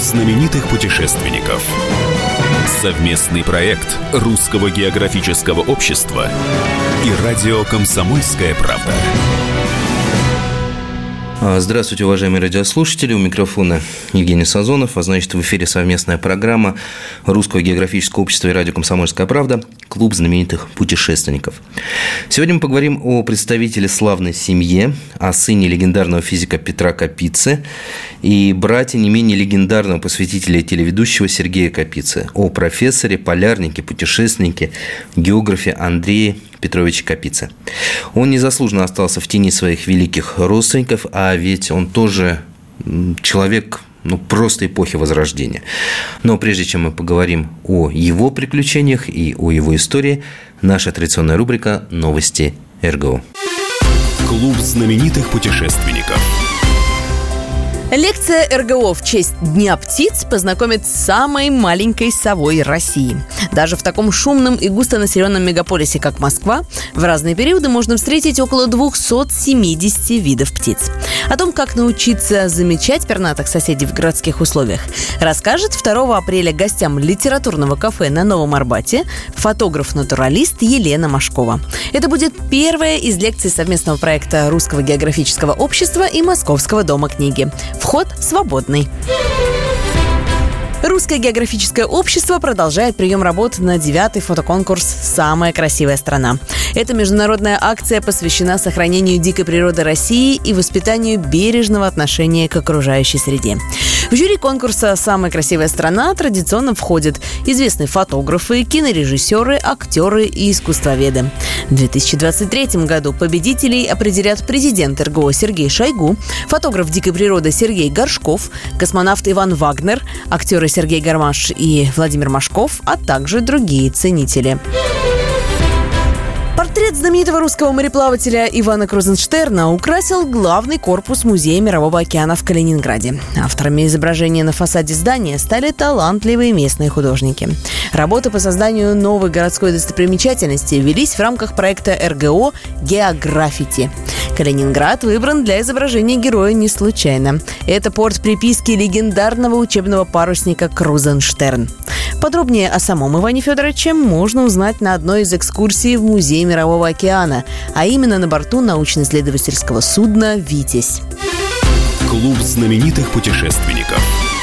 знаменитых путешественников. Совместный проект Русского географического общества и радио «Комсомольская правда». Здравствуйте, уважаемые радиослушатели. У микрофона Евгений Сазонов. А значит, в эфире совместная программа Русского географического общества и радио «Комсомольская правда» «Клуб знаменитых путешественников». Сегодня мы поговорим о представителе славной семье, о сыне легендарного физика Петра Капицы и брате не менее легендарного посвятителя и телеведущего Сергея Капицы, о профессоре, полярнике, путешественнике, географе Андрее Петровиче Капице. Он незаслуженно остался в тени своих великих родственников, а ведь он тоже человек, просто эпохи Возрождения. Но прежде чем мы поговорим о его приключениях и о его истории, наша традиционная рубрика «Новости РГО». Клуб знаменитых путешественников. Лекция РГО в честь Дня птиц познакомит с самой маленькой совой России. Даже в таком шумном и густонаселенном мегаполисе, как Москва, в разные периоды можно встретить около 270 видов птиц. О том, как научиться замечать пернатых соседей в городских условиях, расскажет 2 апреля гостям литературного кафе на Новом Арбате фотограф-натуралист Елена Машкова. Это будет первая из лекций совместного проекта Русского географического общества и Московского дома книги. Вход свободный. Русское географическое общество продолжает прием работ на 9-й фотоконкурс «Самая красивая страна». Эта международная акция посвящена сохранению дикой природы России и воспитанию бережного отношения к окружающей среде. В жюри конкурса «Самая красивая страна» традиционно входят известные фотографы, кинорежиссеры, актеры и искусствоведы. В 2023 году победителей определят президент РГО Сергей Шойгу, фотограф дикой природы Сергей Горшков, космонавт Иван Вагнер, актеры Сергей Гармаш и Владимир Машков, а также другие ценители. Портрет знаменитого русского мореплавателя Ивана Крузенштерна украсил главный корпус Музея Мирового океана в Калининграде. Авторами изображения на фасаде здания стали талантливые местные художники. Работы по созданию новой городской достопримечательности велись в рамках проекта РГО «Географити». Калининград выбран для изображения героя не случайно. Это порт приписки легендарного учебного парусника «Крузенштерн». Подробнее о самом Иване Федоровиче можно узнать на одной из экскурсий в Музей Мирового океана, а именно на борту научно-исследовательского судна «Витязь». Клуб знаменитых путешественников.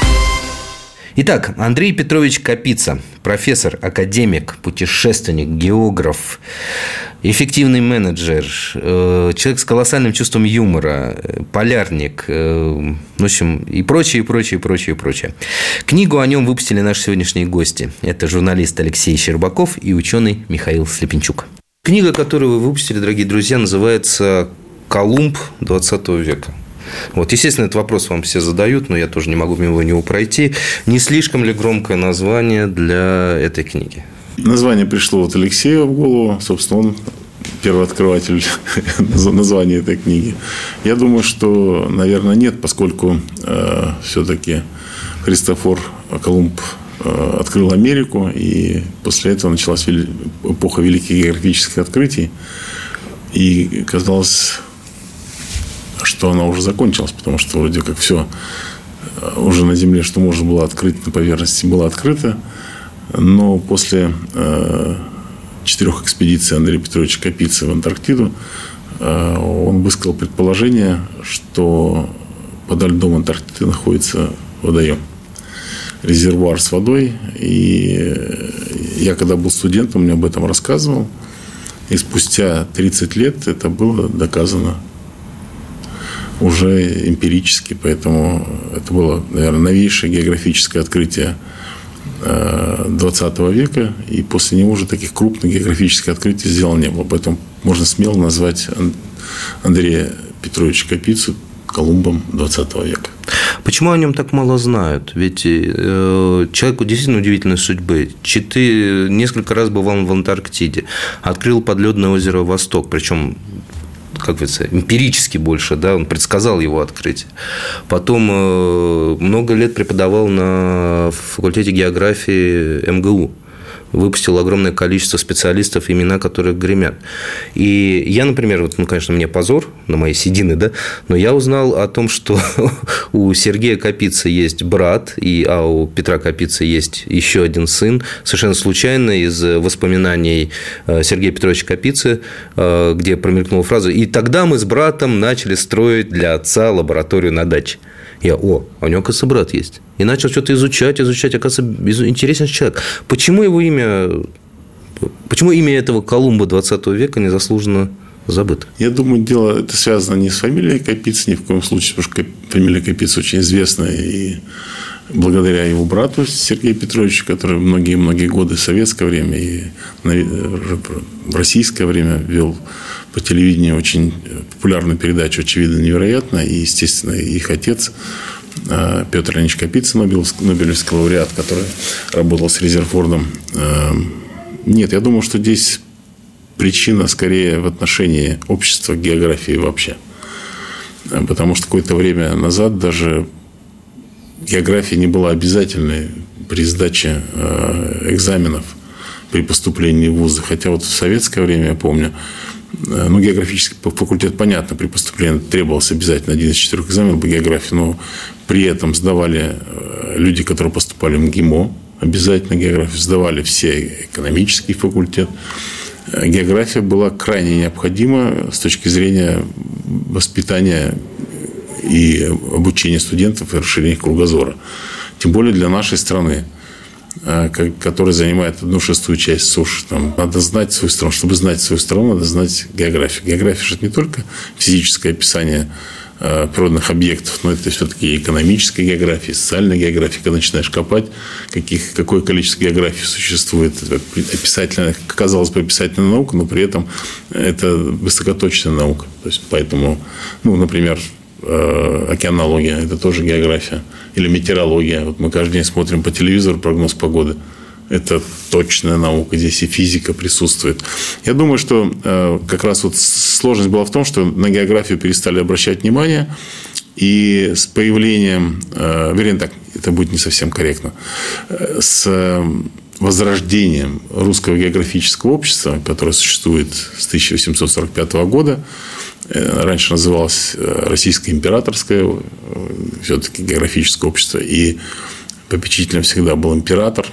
Итак, Андрей Петрович Капица, профессор, академик, путешественник, географ, эффективный менеджер, человек с колоссальным чувством юмора, полярник, в общем, и прочее, прочее, прочее, прочее. Книгу о нем выпустили наши сегодняшние гости. Это журналист Алексей Щербаков и ученый Михаил Слепенчук. Книга, которую вы выпустили, дорогие друзья, называется «Колумб XX века». Естественно, этот вопрос вам все задают, но я тоже не могу мимо него пройти. Не слишком ли громкое название для этой книги? Название пришло от Алексея в голову. Собственно, он первооткрыватель названия этой книги. Я думаю, что, наверное, нет, поскольку все-таки Христофор Колумб открыл Америку, и после этого началась эпоха великих географических открытий. И казалось, что она уже закончилась, потому что вроде как все уже на Земле, что можно было открыть на поверхности, было открыто. Но после 4 экспедиций Андрея Петровича Капицы в Антарктиду он высказал предположение, что подо льдом Антарктиды находится водоем, резервуар с водой. И я, когда был студентом, мне об этом рассказывал. И спустя 30 лет это было доказано уже эмпирически, поэтому это было, наверное, новейшее географическое открытие 20 века, и после него уже таких крупных географических открытий сделано не было. Поэтому можно смело назвать Андрея Петровича Капицу Колумбом 20 века. Почему о нем так мало знают? Ведь человеку действительно удивительной судьбы. Несколько раз бывал в Антарктиде, открыл подледное озеро Восток, причем, как говорится, эмпирически больше, да, он предсказал его открытие. Потом много лет преподавал на факультете географии МГУ. выпустил огромное количество специалистов, имена которых гремят. И я, например, конечно, мне позор на мои седины, да, но я узнал о том, что у Сергея Капицы есть брат, а у Петра Капицы есть еще один сын. Совершенно случайно из воспоминаний Сергея Петровича Капицы, где промелькнула фраза: «И тогда мы с братом начали строить для отца лабораторию на даче». Я, у него, оказывается, брат есть. И начал что-то изучать. Оказывается, интересный человек. Почему имя этого Колумба 20 века незаслуженно забыто? Я думаю, дело это связано не с фамилией Капицы, ни в коем случае, потому что фамилия Капицы очень известная. И благодаря его брату Сергею Петровичу, который многие-многие годы в советское время и в российское время вел по телевидению очень популярную передачу «Очевидно, невероятно». И, естественно, их отец Петр Леонидович Капица, нобелевский лауреат, который работал с Резерфордом. Нет, я думаю, что здесь причина скорее в отношении общества к географии вообще. Потому что какое-то время назад даже география не была обязательной при сдаче экзаменов при поступлении в вузы. Хотя в советское время, я помню, географический факультет, понятно, при поступлении требовался обязательно один из 4 экзаменов по географии, но при этом сдавали люди, которые поступали в МГИМО, обязательно географию, сдавали все экономический факультет. География была крайне необходима с точки зрения воспитания и обучения студентов и расширения кругозора. Тем более для нашей страны, которая занимает 1/6 часть суши. Там надо знать свою страну. Чтобы знать свою страну, надо знать географию. География же не только физическое описание природных объектов, но это все-таки и экономическая география, и социальная география. Когда начинаешь копать, какое количество географии существует. Описательная, казалось бы, описательная наука, но при этом это высокоточная наука. То есть, поэтому, например, океанология – это тоже география. Или метеорология. Мы каждый день смотрим по телевизору прогноз погоды. Это точная наука. Здесь и физика присутствует. Я думаю, что как раз сложность была в том, что на географию перестали обращать внимание. И с появлением, вернее так, это будет не совсем корректно, с возрождением русского географического общества, которое существует с 1845 года, раньше называлось Российское императорское, все-таки географическое общество, и попечителем всегда был император.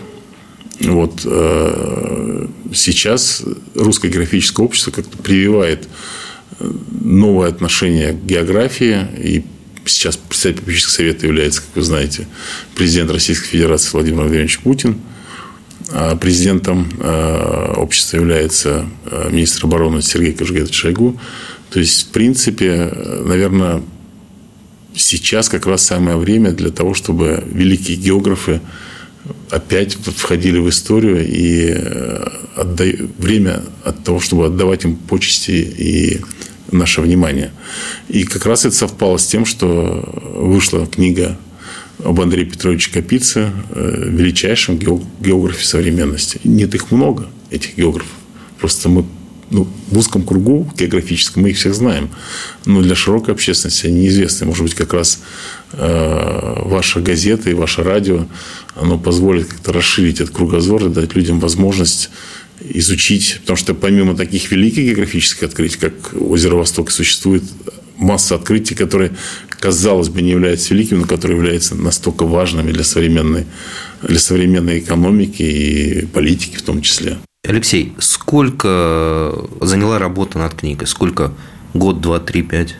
Сейчас русское географическое общество как-то прививает новое отношение к географии, и сейчас председателем попечительского совета является, как вы знаете, президент Российской Федерации Владимир Владимирович Путин, а президентом общества является министр обороны Сергей Кожугетович Шойгу. То есть, в принципе, наверное, сейчас как раз самое время для того, чтобы великие географы опять входили в историю, и время от того, чтобы отдавать им почести и наше внимание. И как раз это совпало с тем, что вышла книга об Андрее Петровиче Капице, величайшем географе современности. Нет их много, этих географов. Просто мы в узком кругу географическом мы их всех знаем. Но для широкой общественности они неизвестны. Может быть, как раз ваша газета и ваше радио, оно позволит как-то расширить этот кругозор и дать людям возможность изучить. Потому что помимо таких великих географических открытий, как озеро Восток, существует масса открытий, которые, казалось бы, не являются великими, но которые являются настолько важными для современной экономики и политики в том числе. Алексей, сколько заняла работа над книгой? Сколько? Год, 2, 3, 5?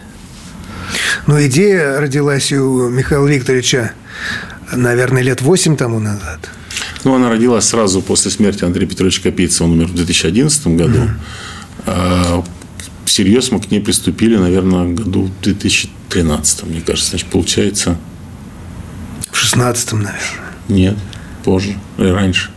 Идея родилась у Михаила Викторовича, наверное, лет 8 тому назад. Она родилась сразу после смерти Андрея Петровича Капицы. Он умер в 2011 году. А всерьез мы к ней приступили, наверное, в году 2013, мне кажется. Значит, получается... В 16-м, наверное. Нет, позже и раньше.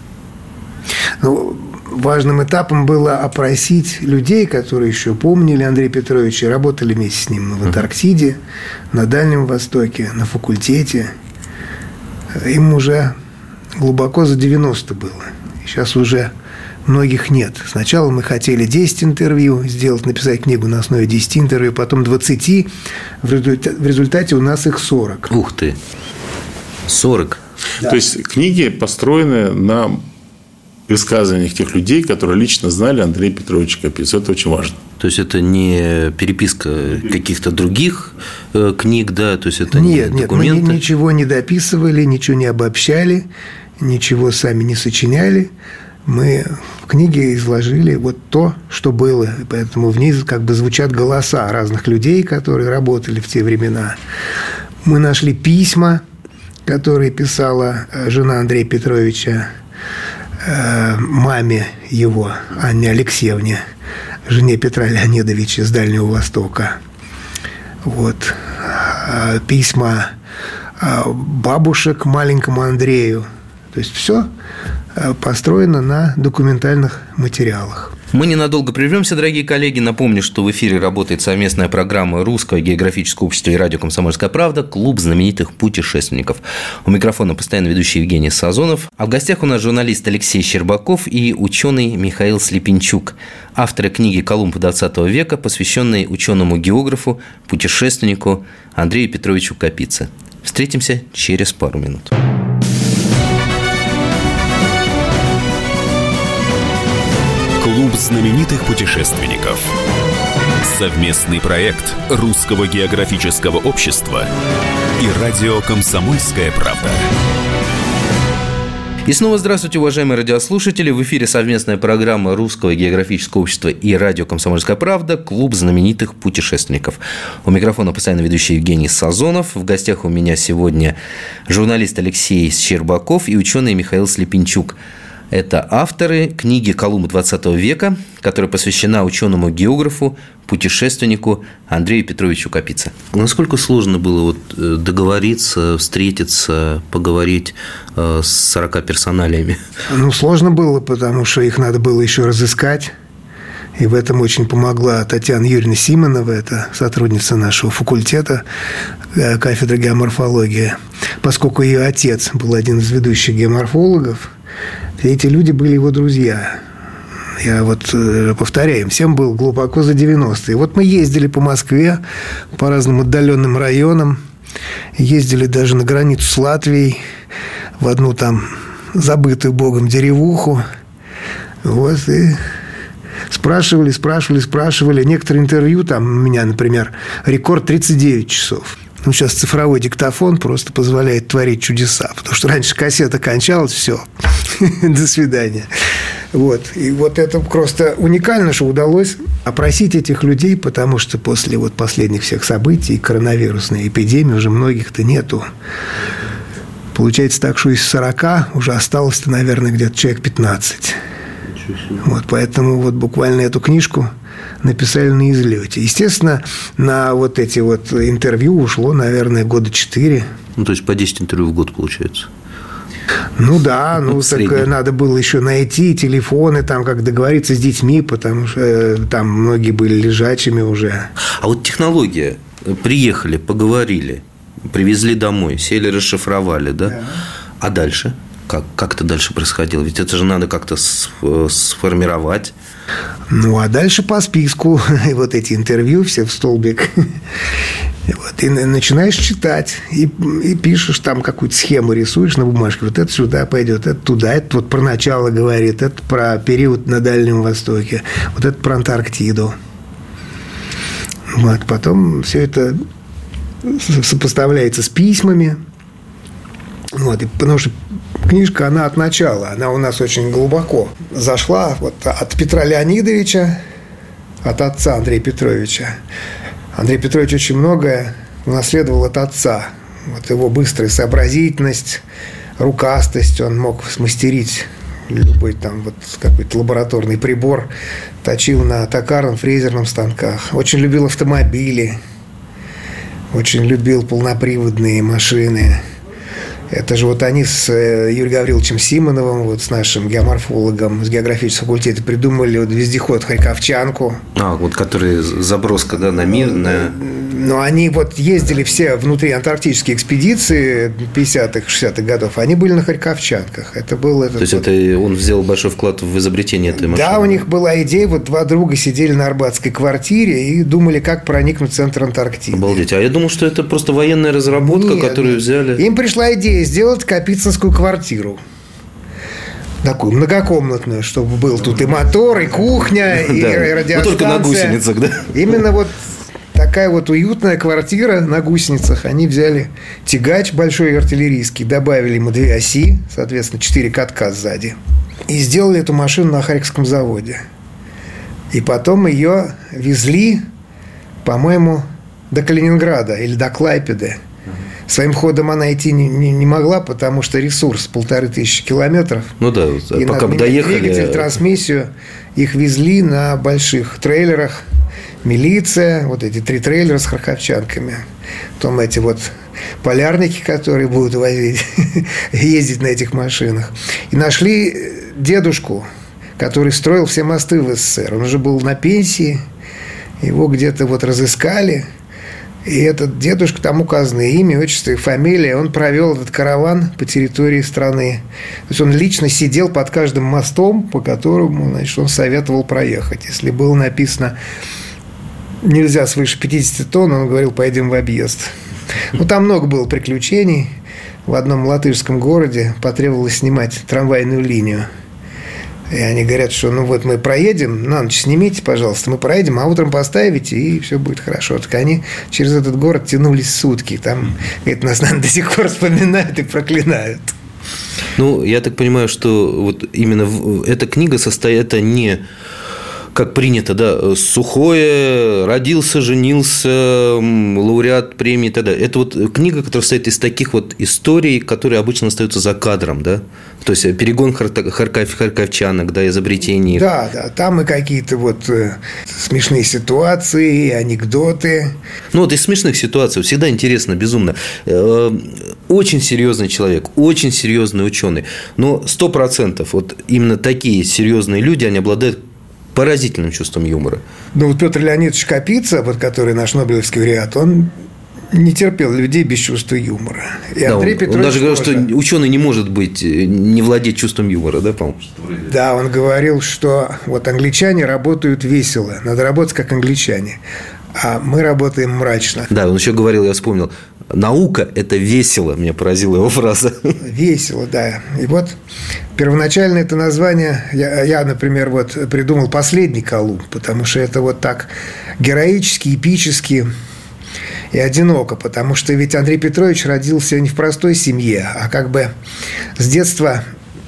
Важным этапом было опросить людей, которые еще помнили Андрея Петровича, работали вместе с ним в Антарктиде, на Дальнем Востоке, на факультете. Им уже глубоко за 90 было. Сейчас уже многих нет. Сначала мы хотели 10 интервью сделать, написать книгу на основе 10 интервью, потом 20. В результате у нас их 40. Ух ты! 40? Да. То есть, книги построены на высказываниях тех людей, которые лично знали Андрея Петровича Капицу. Это очень важно. То есть это не переписка каких-то других книг, да? То есть это не документы? Нет, мы ничего не дописывали, ничего не обобщали, ничего сами не сочиняли. Мы в книге изложили вот то, что было. Поэтому в ней как бы звучат голоса разных людей, которые работали в те времена. Мы нашли письма, которые писала жена Андрея Петровича маме его, Анне Алексеевне, жене Петра Леонидовича с Дальнего Востока. Вот. Письма бабушек маленькому Андрею. То есть все построено на документальных материалах. Мы ненадолго прервемся, дорогие коллеги. Напомню, что в эфире работает совместная программа Русского географического общества и радио «Комсомольская правда» «Клуб знаменитых путешественников». У микрофона постоянно ведущий Евгений Сазонов. А в гостях у нас журналист Алексей Щербаков и ученый Михаил Слепенчук, авторы книги «Колумб XX века», посвященной ученому-географу, путешественнику Андрею Петровичу Капице. Встретимся через пару минут. Клуб знаменитых путешественников. Совместный проект Русского географического общества и радио «Комсомольская правда». И снова здравствуйте, уважаемые радиослушатели. В эфире совместная программа Русского географического общества и радио «Комсомольская правда» «Клуб знаменитых путешественников». У микрофона постоянно ведущий Евгений Сазонов. В гостях у меня сегодня журналист Алексей Щербаков и ученый Михаил Слепенчук. Это авторы книги «Колумб XX века», которая посвящена ученому-географу, путешественнику Андрею Петровичу Капице. Насколько сложно было договориться, встретиться, поговорить с 40 персоналиями? Сложно было, потому что их надо было еще разыскать. И в этом очень помогла Татьяна Юрьевна Симонова, это сотрудница нашего факультета, кафедры геоморфологии. Поскольку ее отец был один из ведущих геоморфологов, эти люди были его друзья. Я повторяю, всем был глубоко за 90-е. Вот мы ездили по Москве, по разным отдаленным районам, ездили даже на границу с Латвией, в одну там забытую Богом деревуху. Вот, и спрашивали. Некоторые интервью, там у меня, например, рекорд 39 часов. Сейчас цифровой диктофон просто позволяет творить чудеса, потому что раньше кассета кончалась, все, до свидания. И это просто уникально, что удалось опросить этих людей, потому что после последних всех событий, коронавирусной эпидемии, уже многих-то нету. Получается так, что из 40 уже осталось-то, наверное, где-то человек 15. Поэтому буквально эту книжку написали на излете. Естественно, на эти интервью ушло, наверное, года 4. То есть по 10 интервью в год получается? Так надо было еще найти телефоны, как договориться с детьми, потому что там многие были лежачими уже. А технология. Приехали, поговорили, привезли домой, сели, расшифровали, да? А дальше? Как это дальше происходило? Ведь это же надо как-то сформировать. А дальше по списку эти интервью все в столбик. И начинаешь читать. И пишешь там какую-то схему, рисуешь на бумажке. Это сюда пойдет, это туда. Это про начало говорит. Это про период на Дальнем Востоке. Это про Антарктиду. Потом все это сопоставляется с письмами. Потому что книжка, она от начала, она у нас очень глубоко зашла от Петра Леонидовича, от отца Андрея Петровича. Андрей Петрович очень многое унаследовал от отца. Его быстрая сообразительность, рукастость, он мог смастерить любой какой-то лабораторный прибор, точил на токарном, фрезерном станках. Очень любил автомобили, очень любил полноприводные машины. Это же они с Юрием Гавриловичем Симоновым, с нашим геоморфологом с географического факультета, придумали вездеход «Харьковчанку». Который заброска, на мир. Но они ездили все внутри антарктические экспедиции 50-х, 60-х годов. Они были на Харьковчанках. Это был То есть, это он сделал большой вклад в изобретение этой машины? Да, у них была идея. Два друга сидели на арбатской квартире и думали, как проникнуть в центр Антарктиды. Обалдеть. А я думал, что это просто военная разработка, которую взяли. Им пришла идея сделать Капицинскую квартиру. такую многокомнатную, чтобы был тут и мотор, и кухня, и радиостанция. Но только на гусеницах, да? Именно вот такая вот уютная квартира на гусеницах. Они взяли тягач большой артиллерийский, добавили ему 2 оси, соответственно, 4 катка сзади. И сделали эту машину на Харьковском заводе. И потом ее везли, по-моему, до Калининграда или до Клайпеды. Своим ходом она идти не могла, потому что ресурс 1500 километров. Ну да, и пока бы доехали. Двигатель, трансмиссию. Их везли на больших трейлерах. Милиция, вот эти 3 трейлера с харьковчанками. Потом эти вот полярники, которые будут возить, ездить на этих машинах. И нашли дедушку, который строил все мосты в СССР. Он уже был на пенсии. Его где-то вот разыскали. И этот дедушка, там указано имя, отчество и фамилия, он провел этот караван по территории страны. То есть он лично сидел под каждым мостом, по которому, значит, он советовал проехать. Если было написано «нельзя свыше 50 тонн», он говорил «пойдем в объезд». Ну, там много было приключений. В одном латышском городе потребовалось снимать трамвайную линию. И они говорят, что ну вот мы проедем, на ночь снимите, пожалуйста, мы проедем, а утром поставите, и все будет хорошо. Так они через этот город тянулись сутки. Там, говорит, нас, наверное, до сих пор вспоминают и проклинают. Ну, я так понимаю, что вот именно эта книга состоит, это не, как принято, да, сухое, родился, женился, лауреат премии и так далее. Это вот книга, которая состоит из таких вот историй, которые обычно остаются за кадром, да? То есть перегон харьковчанок, да, изобретений. Да, да, там и какие-то вот смешные ситуации, анекдоты. Ну, вот из смешных ситуаций всегда интересно, безумно. Очень серьезный человек, очень серьезный ученый. Но 100% вот именно такие серьезные люди, они обладают поразительным чувством юмора. Ну, вот Петр Леонидович Капица, вот, который наш Нобелевский лауреат, он не терпел людей без чувства юмора. И да, Андрей Петрович он даже говорил, что ученый не может быть, не владеть чувством юмора, да, по-моему? Да, он говорил, что вот англичане работают весело, надо работать как англичане, а мы работаем мрачно. Да, он еще говорил, я вспомнил, наука – это весело, меня поразила его фраза. Весело, да. И вот первоначально это название, я, например, вот придумал «Последний Колумб», потому что это вот так героически, эпически и одиноко, потому что ведь Андрей Петрович родился не в простой семье, а как бы с детства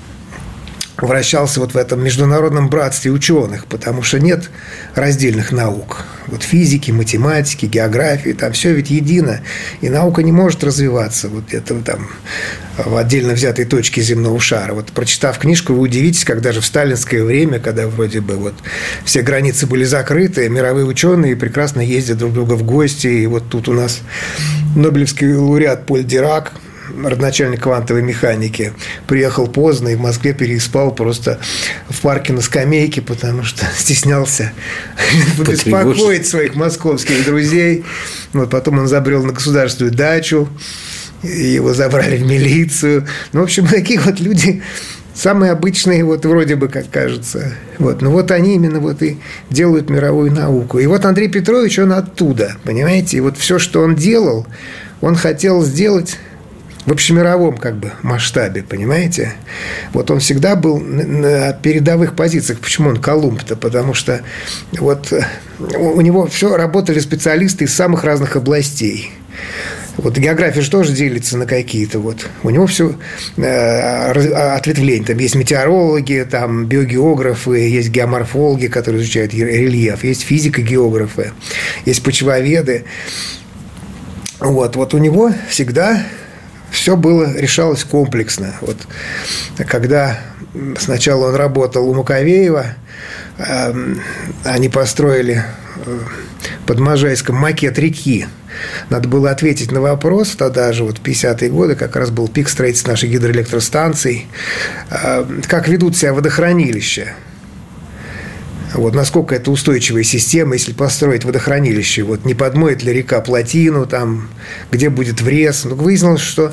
вращался вот в этом международном братстве ученых, потому что нет раздельных наук. Вот физики, математики, географии, там все ведь едино, и наука не может развиваться вот это там в отдельно взятой точке земного шара. Вот прочитав книжку, вы удивитесь, как даже в сталинское время, когда вроде бы вот все границы были закрыты, мировые ученые прекрасно ездят друг к другу в гости, и вот тут у нас Нобелевский лауреат Поль Дирак, родоначальник квантовой механики, приехал поздно и в Москве переспал просто в парке на скамейке, потому что стеснялся беспокоить своих московских друзей. Вот потом он забрел на государственную дачу, его забрали в милицию. Ну, в общем, такие вот люди самые обычные, вот вроде бы, как кажется. Вот. Но вот они именно вот и делают мировую науку. И вот Андрей Петрович, он оттуда, понимаете? И вот все, что он делал, он хотел сделать в общемировом как бы масштабе, понимаете? Вот он всегда был на передовых позициях. Почему он Колумб-то? Потому что вот у него все работали специалисты из самых разных областей. Вот география же тоже делится на какие-то вот. У него все ответвления. Там есть метеорологи, там биогеографы, есть геоморфологи, которые изучают рельеф, есть физико-географы, есть почвоведы. Вот у него всегда все решалось комплексно. Вот, когда сначала он работал у Маковеева, они построили под Можайском макет реки. Надо было ответить на вопрос, тогда же, вот в 50-е годы, как раз был пик строительства наших гидроэлектростанций, как ведут себя водохранилища. Вот насколько это устойчивая система, если построить водохранилище, вот не подмоет ли река плотину, там, где будет врез. Но выяснилось, что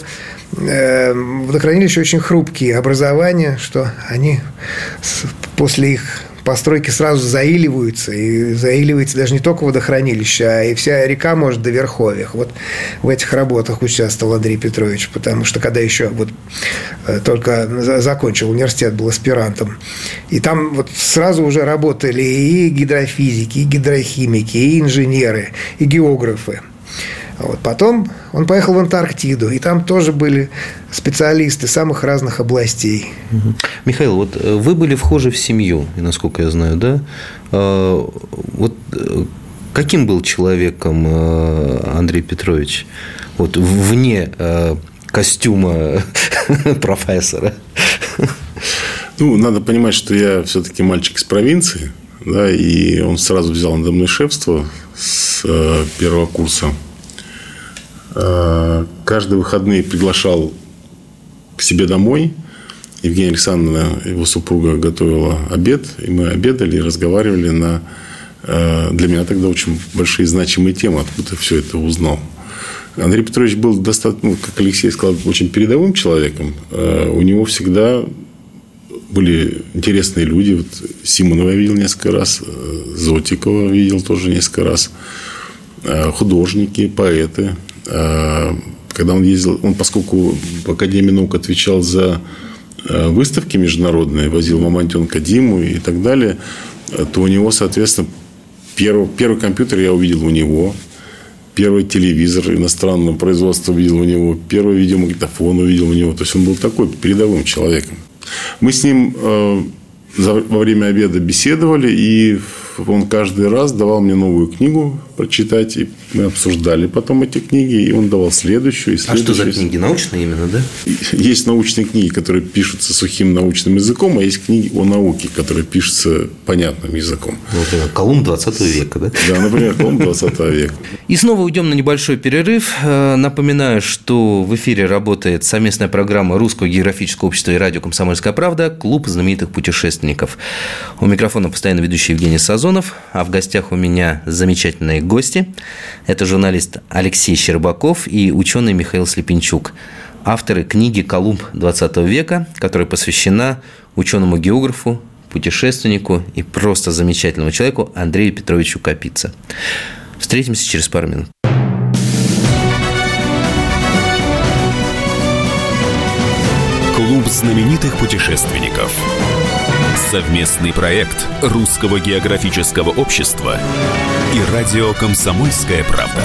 водохранилища очень хрупкие образования, что они после их постройки сразу заиливаются, и заиливается даже не только водохранилище, а и вся река может до верховьях. Вот в этих работах участвовал Андрей Петрович, потому что когда еще вот только закончил университет, был аспирантом, и там вот сразу уже работали и гидрофизики, и гидрохимики, и инженеры, и географы. Вот. Потом он поехал в Антарктиду, и там тоже были специалисты самых разных областей. Михаил, вот вы были вхожи в семью, насколько я знаю, да? Вот каким был человеком Андрей Петрович? Вот вне костюма профессора. Ну, надо понимать, что я все-таки мальчик из провинции, да, и он сразу взял надо мной шефство с первого курса. Каждые выходные приглашал к себе домой. Евгения Александровна, его супруга, готовила обед, и мы обедали и разговаривали на, для меня тогда, очень большие значимые темы, откуда все это узнал. Андрей Петрович был достаточно, как Алексей сказал, очень передовым человеком. У него всегда были интересные люди. Вот Симонова я видел несколько раз, Зотикова видел тоже несколько раз, художники, поэты. Когда он ездил, он, поскольку в Академии наук отвечал за выставки международные, возил Мамонтенка Диму и так далее, то у него, соответственно, первый компьютер я увидел у него, первый телевизор иностранного производства увидел у него, первый видеомагнитофон увидел у него. То есть он был такой передовым человеком. Мы с ним во время обеда беседовали, и он каждый раз давал мне новую книгу прочитать, и мы обсуждали потом эти книги, и он давал следующую. А что за книги? Научные именно, да? Есть научные книги, которые пишутся сухим научным языком, а есть книги о науке, которые пишутся понятным языком. Например, Колумб 20 века, да? Да, например, Колумб 20 века. И снова уйдем на небольшой перерыв. Напоминаю, что в эфире работает совместная программа Русского географического общества и радио «Комсомольская правда» «Клуб знаменитых путешественников». У микрофона постоянно ведущий Евгений Сазонов, а в гостях у меня замечательные гости. Это журналист Алексей Щербаков и ученый Михаил Слепенчук, авторы книги «Колумб 20 века», которая посвящена ученому-географу, путешественнику и просто замечательному человеку Андрею Петровичу Капица. Встретимся через пару минут. Клуб знаменитых путешественников. Совместный проект Русского географического общества и радио «Комсомольская правда».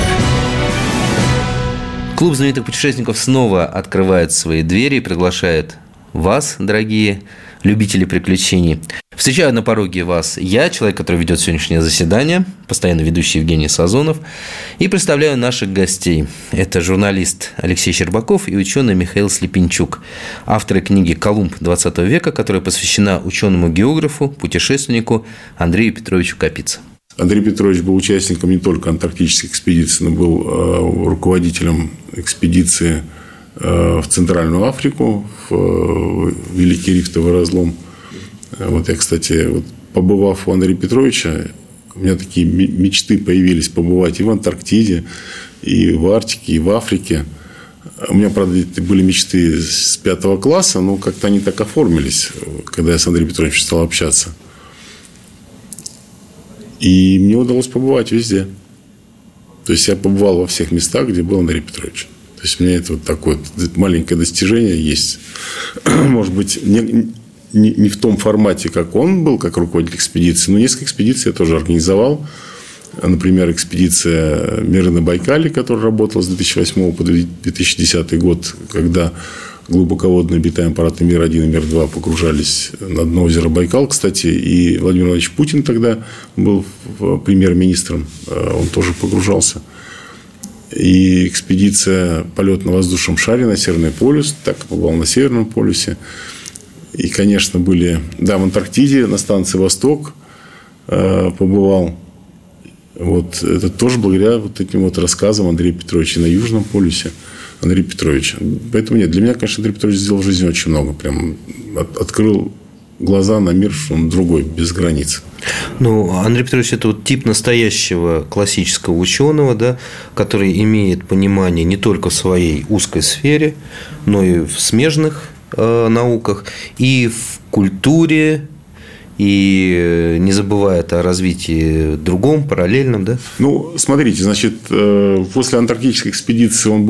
Клуб знаменитых путешественников снова открывает свои двери и приглашает вас, дорогие любители приключений. Встречаю на пороге вас я, человек, который ведет сегодняшнее заседание, постоянно ведущий Евгений Сазонов, и представляю наших гостей. Это журналист Алексей Щербаков и ученый Михаил Слепенчук, авторы книги «Колумб 20 века», которая посвящена ученому-географу, путешественнику Андрею Петровичу Капице. Андрей Петрович был участником не только антарктической экспедиции, но был руководителем экспедиции в Центральную Африку, в Великий Рифтовый разлом. Вот я, кстати, вот побывав у Андрея Петровича, у меня такие мечты появились побывать и в Антарктиде, и в Арктике, и в Африке. У меня, правда, были мечты с 5 класса, но как-то они так оформились, когда я с Андреем Петровичем стал общаться. И мне удалось побывать везде. То есть я побывал во всех местах, где был Андрей Петрович. То есть у меня это вот такое маленькое достижение есть. Может быть, не в том формате, как он был, как руководитель экспедиции, но несколько экспедиций я тоже организовал. Например, экспедиция «Миры на Байкале», которая работала с 2008 по 2010 год, когда глубоководные обитаемые аппараты «Мир-1» и «Мир-2» погружались на дно озера Байкал. Кстати, и Владимир Владимирович Путин тогда был премьер-министром, он тоже погружался. И экспедиция «Полет на воздушном шаре» на Северный полюс, так и побывал на Северном полюсе. И, конечно, были, да, в Антарктиде, на станции «Восток» побывал. Вот это тоже благодаря вот этим вот рассказам Андрея Петровича. На Южном полюсе Андрея Петровича. Поэтому нет, для меня, конечно, Андрей Петрович сделал в жизни очень много. Прям открыл глаза на мир, что он другой, без границ. Ну, Андрей Петрович – это вот тип настоящего классического ученого, да, который имеет понимание не только в своей узкой сфере, но и в смежных науках, и в культуре, и не забывает о развитии другом, параллельном, да? Ну, смотрите, значит, после антарктической экспедиции он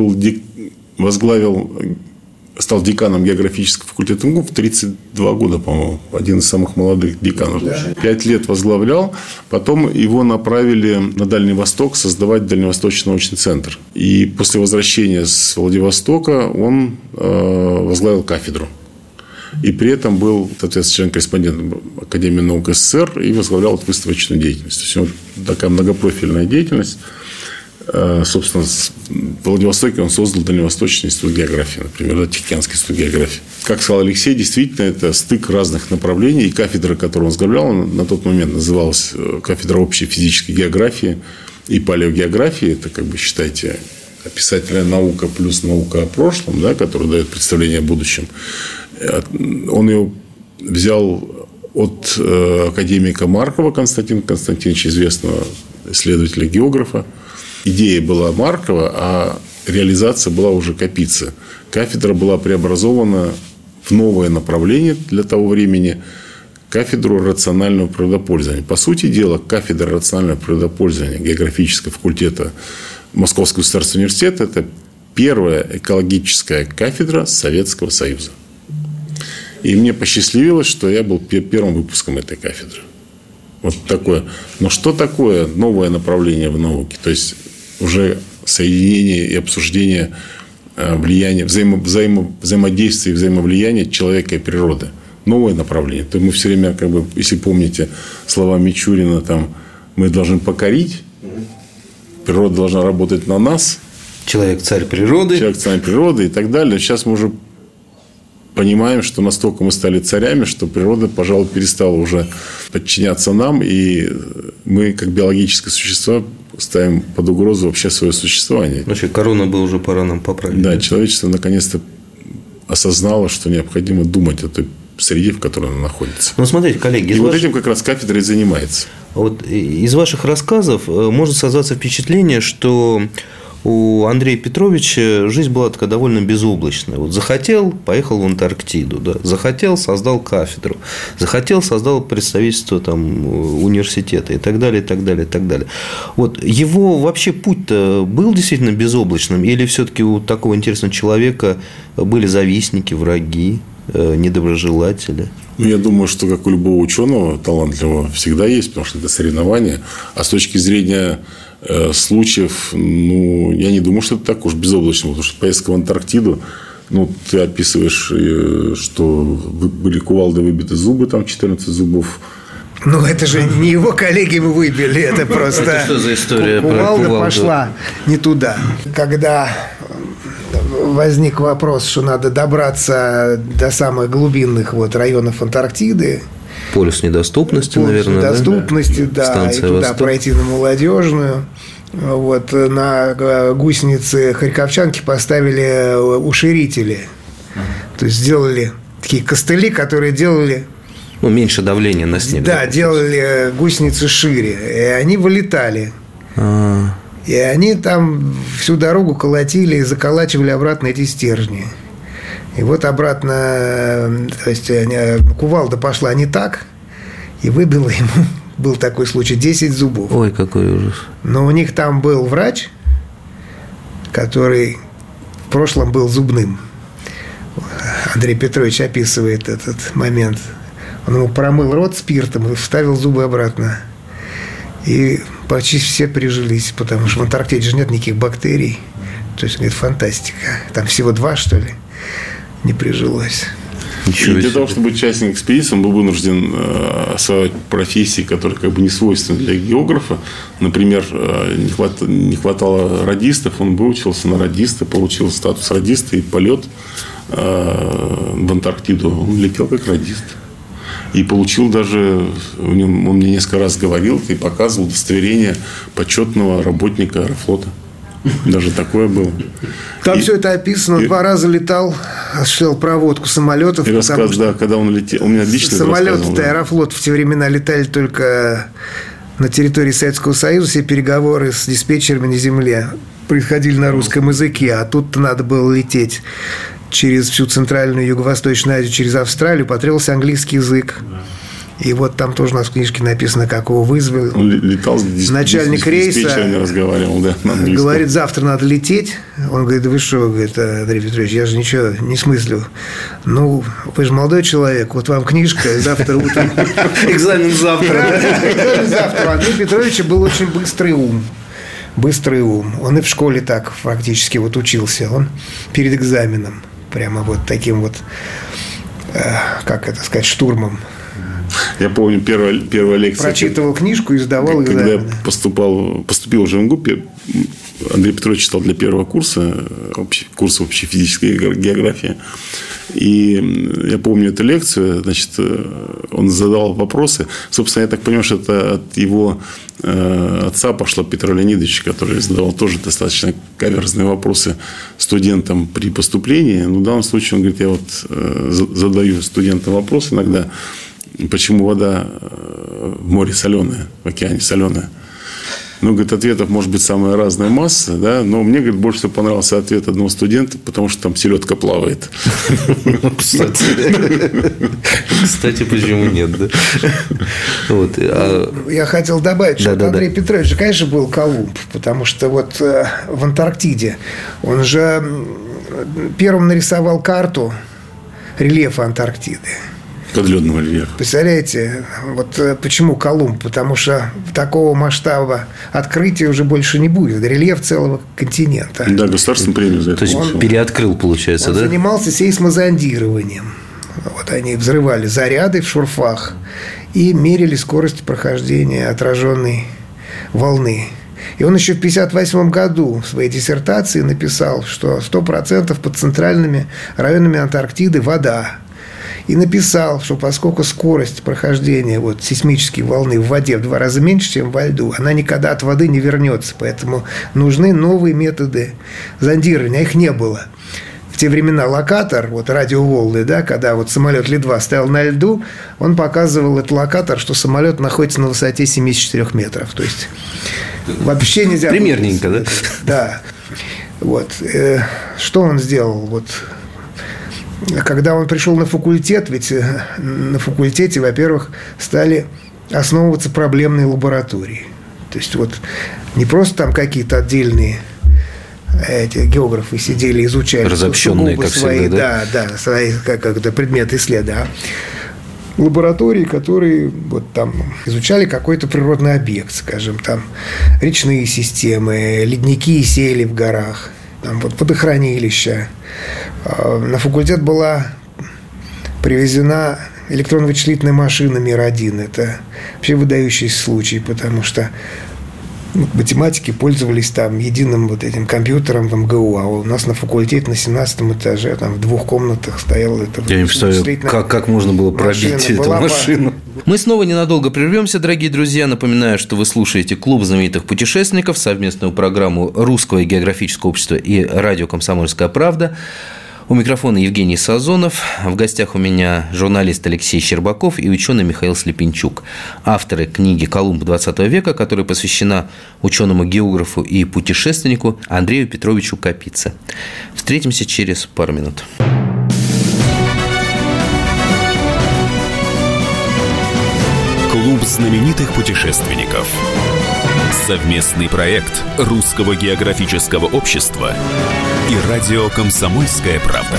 стал деканом географического факультета МГУ в 32 года, по-моему, один из самых молодых деканов. 5 лет возглавлял, потом его направили на Дальний Восток создавать Дальневосточный научный центр. И после возвращения с Владивостока он возглавил кафедру. И при этом был, соответственно, член-корреспондент Академии наук СССР и возглавлял выставочную деятельность. То есть, у него такая многопрофильная деятельность. Собственно, в Владивостоке он создал Дальневосточный институт географии, например, Тихоокеанский институт географии. Как сказал Алексей, действительно, это стык разных направлений. И кафедра, которую он возглавлял, на тот момент называлась кафедра общей физической географии и палеогеографии. Это, как бы, считайте, описательная наука плюс наука о прошлом, да, которая дает представление о будущем. Он ее взял от академика Маркова Константина Константиновича, известного исследователя-географа. Идея была Маркова, а реализация была уже Капицы. Кафедра была преобразована в новое направление для того времени – кафедру рационального природопользования. По сути дела, кафедра рационального природопользования географического факультета Московского государственного университета – это первая экологическая кафедра Советского Союза. И мне посчастливилось, что я был первым выпуском этой кафедры. Вот такое. Но что такое новое направление в науке? То есть, уже соединение и обсуждение влияния, взаимодействия и взаимовлияния человека и природы. Новое направление. То мы все время, как бы, если помните слова Мичурина, там, мы должны покорить, природа должна работать на нас. Человек – царь природы. Человек – царь природы и так далее. Сейчас мы уже понимаем, что настолько мы стали царями, что природа, пожалуй, перестала уже подчиняться нам, и мы, как биологические существа, ставим под угрозу вообще свое существование. Вообще, корону бы уже пора нам поправить. Да, человечество наконец-то осознало, что необходимо думать о той среде, в которой оно находится. Ну, смотрите, коллеги... И вот этим как раз кафедра и занимается. Вот из ваших рассказов может создаться впечатление, что у Андрея Петровича жизнь была такая довольно безоблачная. Вот захотел, поехал в Антарктиду, да? Захотел, создал кафедру, захотел, создал представительство там, университета и так далее, и так далее, и так далее. Вот его вообще путь-то был действительно безоблачным, или все-таки у такого интересного человека были завистники, враги, недоброжелатели? Ну, я думаю, что, как у любого ученого талантливого, всегда есть, потому что это соревнование. А с точки зрения случаев, ну, я не думаю, что это так уж безоблачно, потому что поездка в Антарктиду, ну, ты описываешь, что были кувалды выбиты зубы, там 14 зубов. Ну, это же не его коллеги мы выбили, это просто... Это что за история? Кувалда пошла не туда. Когда возник вопрос, что надо добраться до самых глубинных районов Антарктиды. Полюс недоступности, наверное. Полюс недоступности, да, и туда Восток. пройти на Молодежную. Вот, на гусеницы Харьковчанки поставили уширители. То есть, сделали такие костыли, которые делали... Ну, меньше давления на снег. Да, делали гусеницы шире. И они вылетали. И они там всю дорогу колотили и заколачивали обратно эти стержни. И вот обратно, то есть, кувалда пошла не так, и выбила ему, был такой случай, 10 зубов. Ой, какой ужас. Но у них там был врач, который в прошлом был зубным. Андрей Петрович описывает этот момент. Он ему промыл рот спиртом и вставил зубы обратно. И почти все прижились, потому что в Антарктиде же нет никаких бактерий. То есть, говорит, фантастика. Там всего 2, что ли, не прижилось. И для того, чтобы быть участником экспедиции, он был вынужден осваивать профессии, которые как бы не свойственны для географа. Например, не хватало радистов, он выучился на радиста, получил статус радиста и полет в Антарктиду. Он летел как радист. И получил даже, он мне несколько раз говорил и показывал удостоверение почетного работника Аэрофлота. Даже такое было. Там все это описано. 2 раза летал, осуществлял проводку самолетов. И рассказ, да, когда он летел. У меня лично самолеты Аэрофлот в те времена летали только на территории Советского Союза. Все переговоры с диспетчерами на земле происходили на русском языке. А тут-то надо было лететь через всю Центральную и Юго-Восточную Азию, через Австралию. Потребовался английский язык. И вот там тоже у нас в книжке написано, как его вызвал. Он летал начальник рейса. Диспетчером разговаривал, да, на английском. Говорит, завтра надо лететь. Он говорит, да вы что, говорит, Андрей Петрович, я же ничего не смыслю. Ну, вы же молодой человек, вот вам книжка, и завтра утром... Экзамен завтра. Экзамен завтра. У Андрея Петровича был очень быстрый ум. Быстрый ум. Он и в школе так практически вот учился. Он перед экзаменом прямо вот таким вот, как это сказать, штурмом. Я помню, первая лекция. Прочитывал книжку и сдавал экзамены. Когда я поступил в ЖМГУ, Андрей Петрович читал для первого курса, курс общей физической географии. И я помню эту лекцию, значит, он задал вопросы. Собственно, я так понимаю, что это от его отца пошло, Петра Леонидовича, который задавал тоже достаточно каверзные вопросы студентам при поступлении. Но в данном случае он говорит, я вот задаю студентам вопрос иногда, почему вода в море соленая, в океане соленая. Ну, говорит, ответов может быть самая разная масса, да, но мне, говорит, больше всего понравился ответ одного студента, потому что там селедка плавает. Кстати, почему нет, да? Я хотел добавить, что Андрей Петрович же, конечно, был Колумб, потому что вот в Антарктиде он же первым нарисовал карту рельефа Антарктиды. Подледного рельефа. Представляете, вот почему Колумб? Потому что такого масштаба открытия уже больше не будет. Рельеф целого континента. Да, государственную премию за это. То есть он переоткрыл, получается, он да? занимался сейсмозондированием. Вот они взрывали заряды в шурфах и мерили скорость прохождения отраженной волны. И он еще в 1958 году в своей диссертации написал, что 100% под центральными районами Антарктиды вода. И написал, что поскольку скорость прохождения вот, сейсмической волны в воде в 2 раза меньше, чем во льду, она никогда от воды не вернется. Поэтому нужны новые методы зондирования. Их не было. В те времена локатор, вот радиоволны, да, когда вот самолет Ли-2 стоял на льду, он показывал этот локатор, что самолет находится на высоте 74 метров. То есть вообще нельзя... Примерненько, да? Да. Вот. Что он сделал? Вот. Когда он пришел на факультет, ведь на факультете, во-первых, стали основываться проблемные лаборатории. То есть, вот не просто там какие-то отдельные эти географы сидели, изучали разобщенные, как свои, всегда, да? Да, свои как-то предметы исследования. Лаборатории, которые вот там изучали какой-то природный объект, скажем, там речные системы, ледники и сели в горах, там вот водохранилища. На факультет была привезена электронно-вычислительная машина МИР-1. Это вообще выдающийся случай, потому что математики пользовались там единым вот этим компьютером в МГУ, а у нас на факультете на 17-м этаже там в 2 комнатах стояла эта Я не представляю, как можно было пробить эту машину. Мы снова ненадолго прервемся, дорогие друзья. Напоминаю, что вы слушаете «Клуб знаменитых путешественников», совместную программу Русского географического общества и радио «Комсомольская правда». У микрофона Евгений Сазонов. В гостях у меня журналист Алексей Щербаков и ученый Михаил Слепинчук. Авторы книги «Колумб XX века», которая посвящена ученому-географу и путешественнику Андрею Петровичу Капице. Встретимся через пару минут. Клуб знаменитых путешественников. Совместный проект Русского географического общества и радио «Комсомольская правда».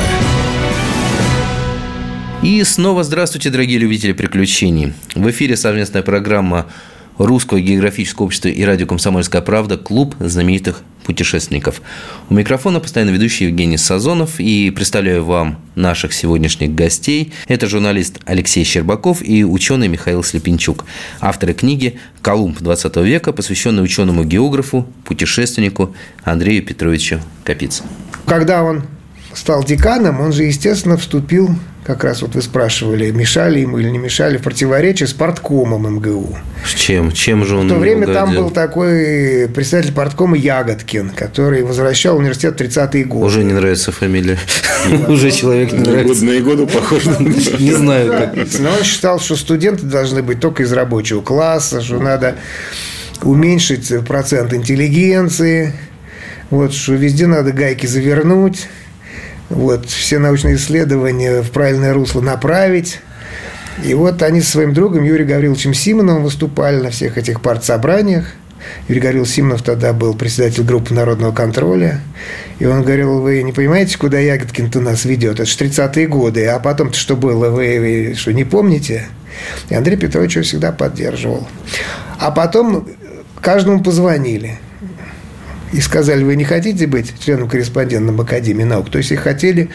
И снова здравствуйте, дорогие любители приключений. В эфире совместная программа Русского географического общества и радио «Комсомольская правда» «Клуб знаменитых путешественников». У микрофона постоянно ведущий Евгений Сазонов, и представляю вам наших сегодняшних гостей. Это журналист Алексей Щербаков и ученый Михаил Слепинчук, авторы книги «Колумб XX века», посвященной ученому-географу, путешественнику Андрею Петровичу Капице. Когда он стал деканом, он же, естественно, вступил, как раз вот вы спрашивали, мешали ему или не мешали, в противоречие с парткомом МГУ. Чем же он? В то время там был такой представитель парткома Ягодкин, который возвращал в университет в 30-е годы. Уже не нравится фамилия. Уже человек не нравится. На году похож. Не знаю как. Но он считал, что студенты должны быть только из рабочего класса, что надо уменьшить процент интеллигенции, вот, что везде надо гайки завернуть. Вот, все научные исследования в правильное русло направить. И вот они со своим другом Юрием Гавриловичем Симоновым выступали на всех этих партсобраниях. Юрий Гаврилович Симонов тогда был председатель группы народного контроля. И он говорил: вы не понимаете, куда Ягодкин-то нас ведет? Это же 30-е годы. А потом-то что было? Вы что, не помните? И Андрей Петрович его всегда поддерживал. А потом каждому позвонили. И сказали: вы не хотите быть членом-корреспондентом Академии наук? То есть их хотели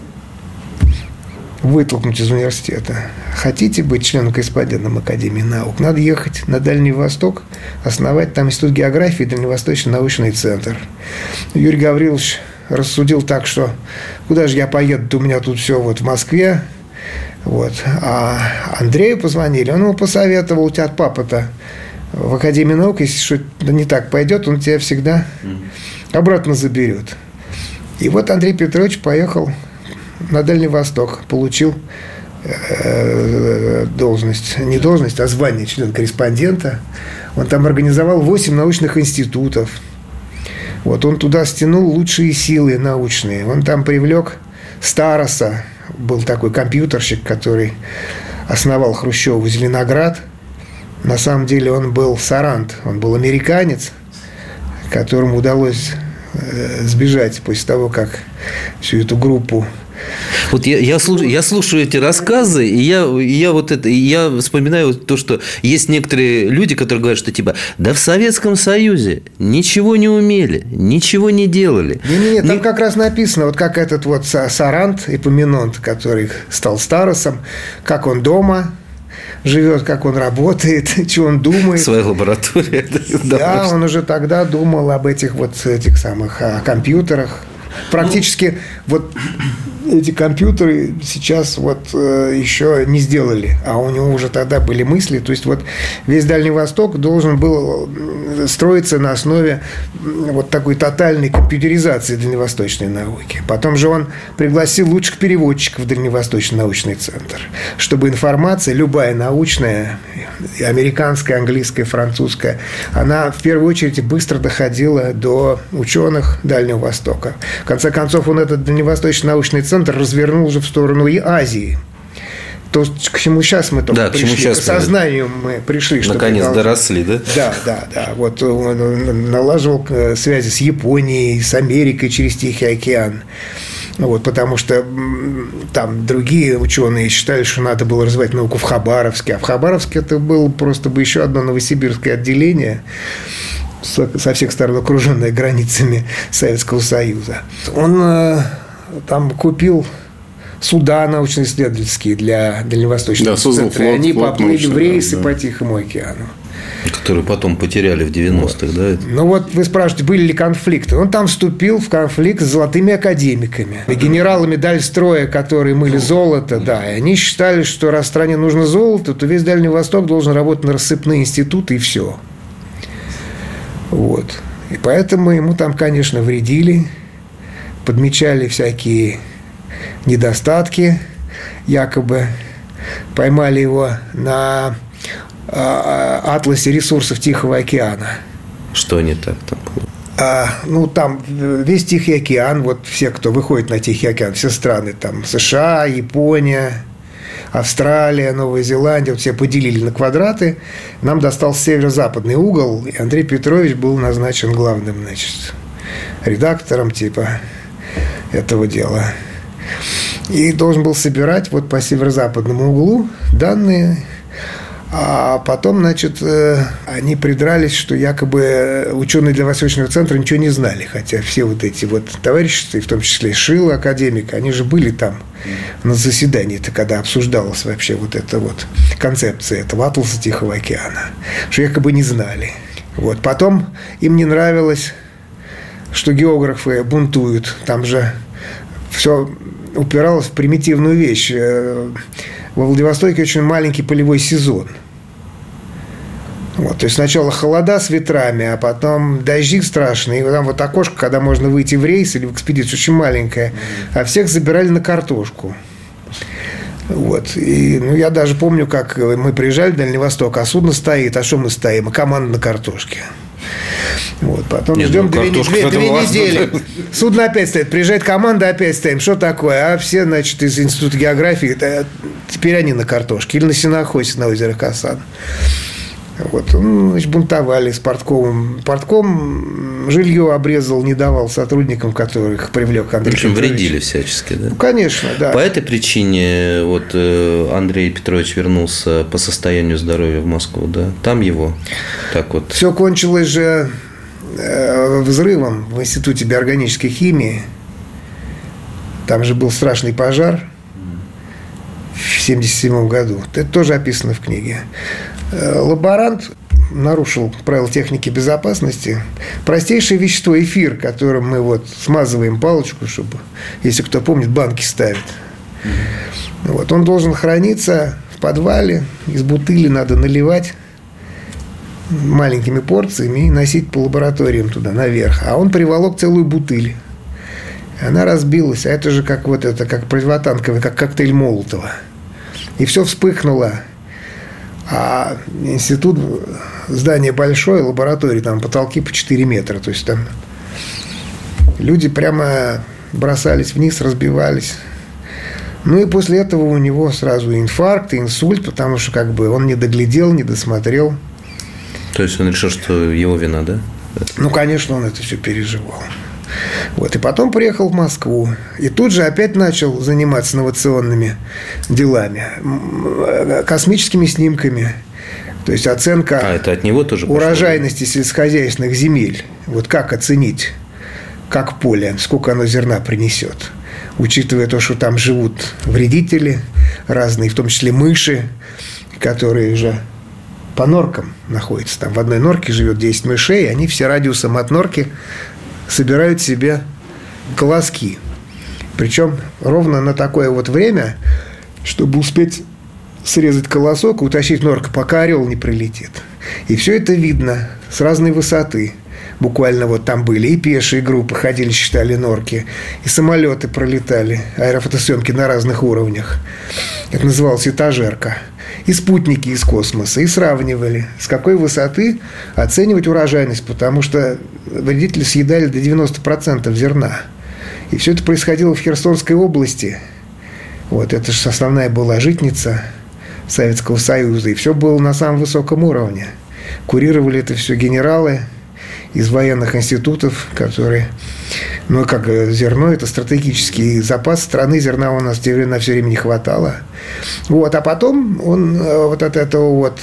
вытолкнуть из университета. Хотите быть членом-корреспондентом Академии наук? Надо ехать на Дальний Восток, основать там Институт географии и Дальневосточный научный центр. Юрий Гаврилович рассудил так, что куда же я поеду, у меня тут все вот в Москве. Вот. А Андрею позвонили, он ему посоветовал: у тебя папа-то в Академии наук, если что-то не так пойдет, он тебя всегда обратно заберет. И вот Андрей Петрович поехал на Дальний Восток, получил должность, не должность, а звание члена-корреспондента. Он там организовал 8 научных институтов. Вот, он туда стянул лучшие силы научные. Он там привлек Староса, был такой компьютерщик, который основал Хрущеву Зеленоград. На самом деле он был сарант, он был американец, которому удалось сбежать после того, как всю эту группу. Вот я слушаю эти рассказы, и я вспоминаю то, что есть некоторые люди, которые говорят, что типа: да в Советском Союзе ничего не умели, ничего не делали. Не, там как раз написано, вот как этот вот Сарант Эпоминонт, который стал Старосом, как он дома живет, как он работает, что он думает. Своя лаборатория. Да, он уже тогда думал об этих самых компьютерах. Практически вот эти компьютеры сейчас вот еще не сделали, а у него уже тогда были мысли. То есть вот весь Дальний Восток должен был строиться на основе вот такой тотальной компьютеризации дальневосточной науки. Потом же он пригласил лучших переводчиков в Дальневосточный научный центр, чтобы информация, любая научная, американская, английская, французская, она в первую очередь быстро доходила до ученых Дальнего Востока. В конце концов, он этот Дальневосточный научный центр развернул уже в сторону и Азии. То, к чему сейчас мы только пришли, к сознанию мы пришли. Наконец доросли, да? Да. Вот он налаживал связи с Японией, с Америкой через Тихий океан. Вот, потому что там другие ученые считали, что надо было развивать науку в Хабаровске. А в Хабаровске это было просто бы еще одно новосибирское отделение, со всех сторон окруженное границами Советского Союза. Он там купил суда научно-исследовательские для Дальневосточного центра. И они поплыли в рейсы по Тихому океану. Которые потом потеряли в 90-х, вот. Да? Ну вот вы спрашиваете, были ли конфликты. Он там вступил в конфликт с золотыми академиками. Генералы Медальстроя, которые мыли золото, да. И они считали, что раз стране нужно золото, то весь Дальний Восток должен работать на рассыпные институты, и все. Вот. И поэтому ему там, конечно, вредили, подмечали всякие недостатки, якобы поймали его на атласе ресурсов Тихого океана. Что не так там было? Там весь Тихий океан, вот все, кто выходит на Тихий океан, все страны, там США, Япония, Австралия, Новая Зеландия, вот все поделили на квадраты. Нам достался северо-западный угол, и Андрей Петрович был назначен главным, редактором этого дела. И должен был собирать вот по северо-западному углу данные. А потом, они придрались, что якобы ученые для Восточного центра ничего не знали. Хотя все вот эти вот товарищи, в том числе Шило, академик, они же были там на заседании-то, когда обсуждалась вообще вот эта вот концепция этого атласа Тихого океана. Что якобы не знали. Вот. Потом им не нравилось, что географы бунтуют. Там же все упиралось в примитивную вещь. Во Владивостоке очень маленький полевой сезон. Вот, то есть сначала холода с ветрами, а потом дожди страшные. И там вот окошко, когда можно выйти в рейс или в экспедицию, очень маленькое. А всех забирали на картошку. Вот. И, я даже помню, как мы приезжали в Дальний Восток, а судно стоит. А что мы стоим? А команда на картошке. Вот, потом ждем 2 недели. Судно опять стоит. Приезжает команда, опять стоим. Что такое? А все, из Института географии теперь они на картошке. Или на сенокосе на озеро Касан. Вот, значит, бунтовали с парткомом. Партком жилье обрезал, не давал сотрудникам, которых привлек Андрей Петрович. В общем, вредили всячески, да? Ну, конечно, да. По этой причине вот Андрей Петрович вернулся по состоянию здоровья в Москву, да? Там его так вот... Все кончилось же взрывом в Институте биоорганической химии. Там же был страшный пожар в 1977 году. Это тоже описано в книге. Лаборант нарушил правила техники безопасности. Простейшее вещество эфир, которым мы вот смазываем палочку, чтобы, если кто помнит, банки ставят. Вот. Он должен храниться в подвале, из бутыли надо наливать маленькими порциями и носить по лабораториям туда, наверх. А он приволок целую бутыль. Она разбилась. А это же как вот это, как противотанковый, как коктейль Молотова. И все вспыхнуло. А институт, здание большое, лаборатории, там потолки по 4 метра. То есть там люди прямо бросались вниз, разбивались. Ну и после этого у него сразу инфаркт, инсульт, потому что как бы он не доглядел, не досмотрел. То есть он решил, что его вина, да? Ну, конечно, он это все переживал. Вот. И потом приехал в Москву. И тут же опять начал заниматься инновационными делами. Космическими снимками. То есть оценка это от него тоже урожайности сельскохозяйственных земель. Вот как оценить, как поле, сколько оно зерна принесет. Учитывая то, что там живут вредители разные, в том числе мыши, которые же по норкам находятся. Там в одной норке живет 10 мышей, и они все радиусом от норки собирают себе колоски. Причем ровно на такое вот время, чтобы успеть срезать колосок и утащить норку, пока орел не прилетит. И все это видно с разной высоты. Буквально вот там были и пешие группы, ходили, считали норки, и самолеты пролетали, аэрофотосъемки на разных уровнях. Это называлось этажерка. И спутники из космоса, и сравнивали, с какой высоты оценивать урожайность, потому что вредители съедали до 90% зерна. И все это происходило в Херсонской области. Вот, это же основная была житница Советского Союза, и все было на самом высоком уровне. Курировали это все генералы из военных институтов, которые... Ну, как зерно, это стратегический запас страны, зерна у нас на все время не хватало. Вот, а потом он вот от этого вот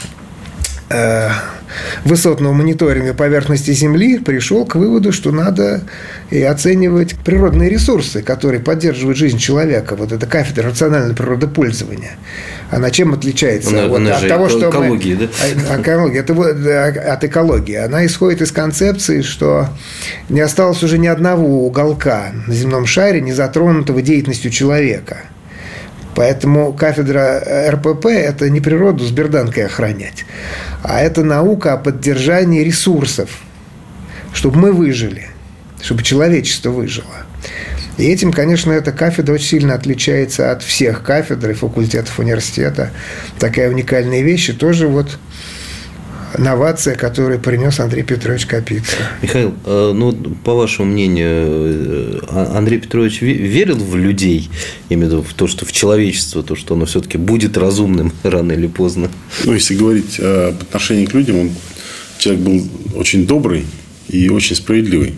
высотного мониторинга поверхности Земли пришел к выводу, что надо и оценивать природные ресурсы, которые поддерживают жизнь человека. Вот эта кафедра рационального природопользования. Она чем отличается от того, что экологии, да? От экологии. Она исходит из концепции, что не осталось уже ни одного уголка на земном шаре, не затронутого деятельностью человека. Поэтому кафедра РПП – это не природу с берданкой охранять, а это наука о поддержании ресурсов, чтобы мы выжили, чтобы человечество выжило. И этим, конечно, эта кафедра очень сильно отличается от всех кафедр и факультетов университета. Такая уникальная вещь, и тоже вот новация, которую принес Андрей Петрович Капица. Михаил, ну, по вашему мнению, Андрей Петрович верил в людей, именно в то, что в человечество, то, что оно все-таки будет разумным рано или поздно? Ну, если говорить об отношении к людям, человек был очень добрый и очень справедливый.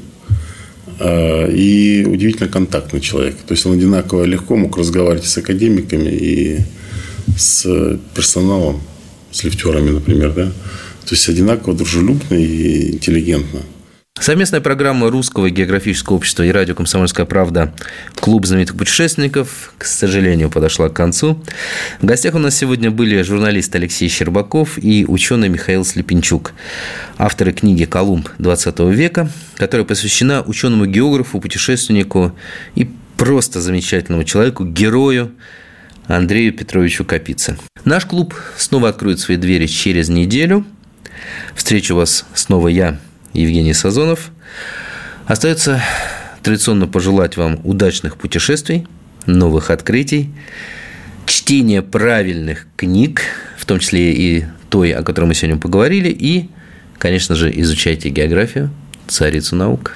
И удивительно контактный человек. То есть он одинаково легко мог разговаривать с академиками и с персоналом, с лифтерами, например, да. То есть одинаково дружелюбно и интеллигентно. Совместная программа Русского географического общества и радио «Комсомольская правда» «Клуб знаменитых путешественников», к сожалению, подошла к концу. В гостях у нас сегодня были журналист Алексей Щербаков и ученый Михаил Слепенчук, авторы книги «Колумб XX века», которая посвящена ученому-географу, путешественнику и просто замечательному человеку, герою Андрею Петровичу Капице. Наш клуб снова откроет свои двери через неделю. Встречу вас снова я, Евгений Сазонов. Остается традиционно пожелать вам удачных путешествий, новых открытий, чтения правильных книг, в том числе и той, о которой мы сегодня поговорили, и, конечно же, изучайте географию, царицу наук.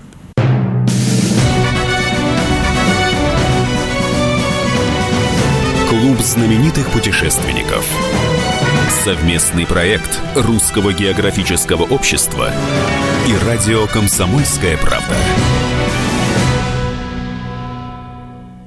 Клуб знаменитых путешественников. Совместный проект Русского географического общества и радио «Комсомольская правда».